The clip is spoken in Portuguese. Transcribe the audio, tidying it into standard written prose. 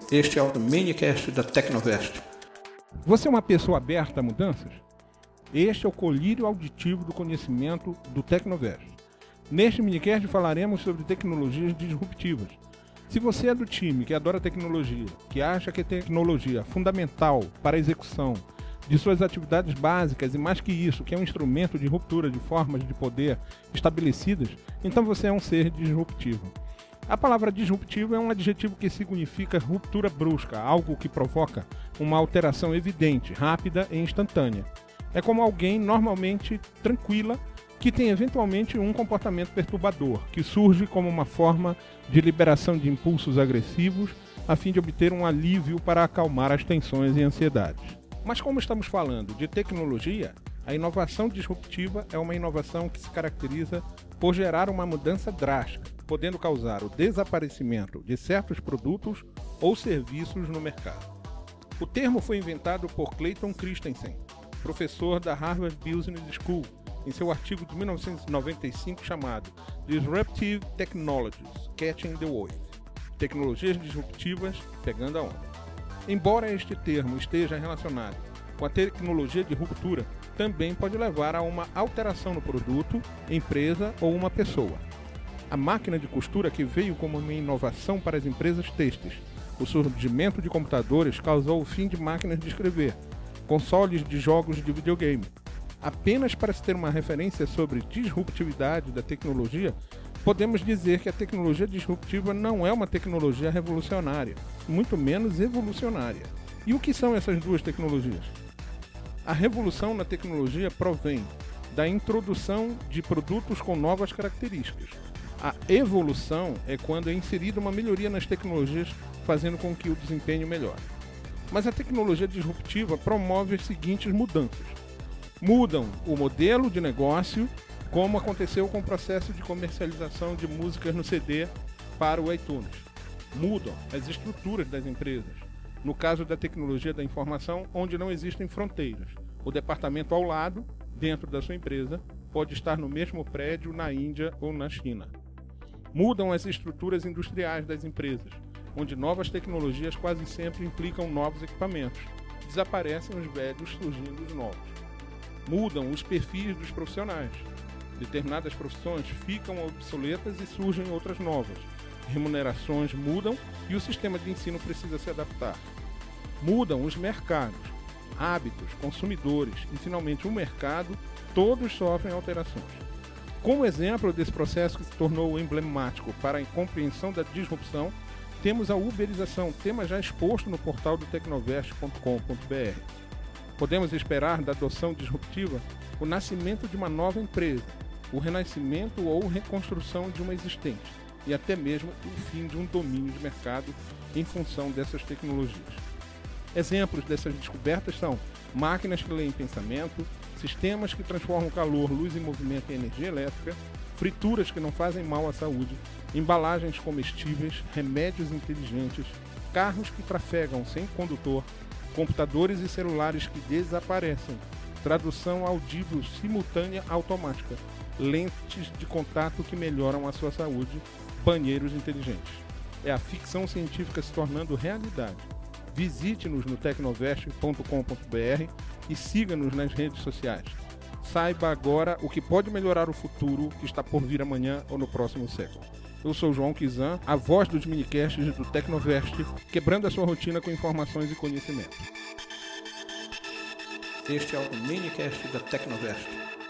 Este é o minicast da Tecnovest. Você é uma pessoa aberta a mudanças? Este é o colírio auditivo do conhecimento do Tecnovest. Neste minicast falaremos sobre tecnologias disruptivas. Se você é do time que adora tecnologia, que acha que a tecnologia é fundamental para a execução de suas atividades básicas e mais que isso, que é um instrumento de ruptura de formas de poder estabelecidas, então você é um ser disruptivo. A palavra disruptivo é um adjetivo que significa ruptura brusca, algo que provoca uma alteração evidente, rápida e instantânea. É como alguém normalmente tranquila que tem eventualmente um comportamento perturbador, que surge como uma forma de liberação de impulsos agressivos a fim de obter um alívio para acalmar as tensões e ansiedades. Mas como estamos falando de tecnologia, a inovação disruptiva é uma inovação que se caracteriza por gerar uma mudança drástica, podendo causar o desaparecimento de certos produtos ou serviços no mercado. O termo foi inventado por Clayton Christensen, professor da Harvard Business School, em seu artigo de 1995 chamado Disruptive Technologies Catching the Wave, tecnologias disruptivas pegando a onda. Embora este termo esteja relacionado com a tecnologia de ruptura, também pode levar a uma alteração no produto, empresa ou uma pessoa. A máquina de costura, que veio como uma inovação para as empresas têxteis, o surgimento de computadores causou o fim de máquinas de escrever, consoles de jogos de videogame. Apenas para se ter uma referência sobre disruptividade da tecnologia, podemos dizer que a tecnologia disruptiva não é uma tecnologia revolucionária, muito menos evolucionária. E o que são essas duas tecnologias? A revolução na tecnologia provém da introdução de produtos com novas características. A evolução é quando é inserida uma melhoria nas tecnologias, fazendo com que o desempenho melhore. Mas a tecnologia disruptiva promove as seguintes mudanças. Mudam o modelo de negócio, como aconteceu com o processo de comercialização de músicas no CD para o iTunes. Mudam as estruturas das empresas. No caso da tecnologia da informação, onde não existem fronteiras. O departamento ao lado, dentro da sua empresa, pode estar no mesmo prédio na Índia ou na China. Mudam as estruturas industriais das empresas, onde novas tecnologias quase sempre implicam novos equipamentos. Desaparecem os velhos, surgindo os novos. Mudam os perfis dos profissionais. Determinadas profissões ficam obsoletas e surgem outras novas. Remunerações mudam e o sistema de ensino precisa se adaptar. Mudam os mercados, hábitos, consumidores e, finalmente, o mercado, todos sofrem alterações. Como exemplo desse processo que se tornou emblemático para a compreensão da disrupção, temos a uberização, tema já exposto no portal do tecnovest.com.br. Podemos esperar da adoção disruptiva o nascimento de uma nova empresa, o renascimento ou reconstrução de uma existente, e até mesmo o fim de um domínio de mercado em função dessas tecnologias. Exemplos dessas descobertas são máquinas que leem pensamento, sistemas que transformam calor, luz e movimento em energia elétrica, frituras que não fazem mal à saúde, embalagens comestíveis, remédios inteligentes, carros que trafegam sem condutor, computadores e celulares que desaparecem, tradução audível simultânea automática, lentes de contato que melhoram a sua saúde, banheiros inteligentes. É a ficção científica se tornando realidade. Visite-nos no tecnovest.com.br e siga-nos nas redes sociais. Saiba agora o que pode melhorar o futuro que está por vir amanhã ou no próximo século. Eu sou João Kizan, a voz dos minicasts do Tecnovest, quebrando a sua rotina com informações e conhecimento. Este é o minicast da Tecnovest.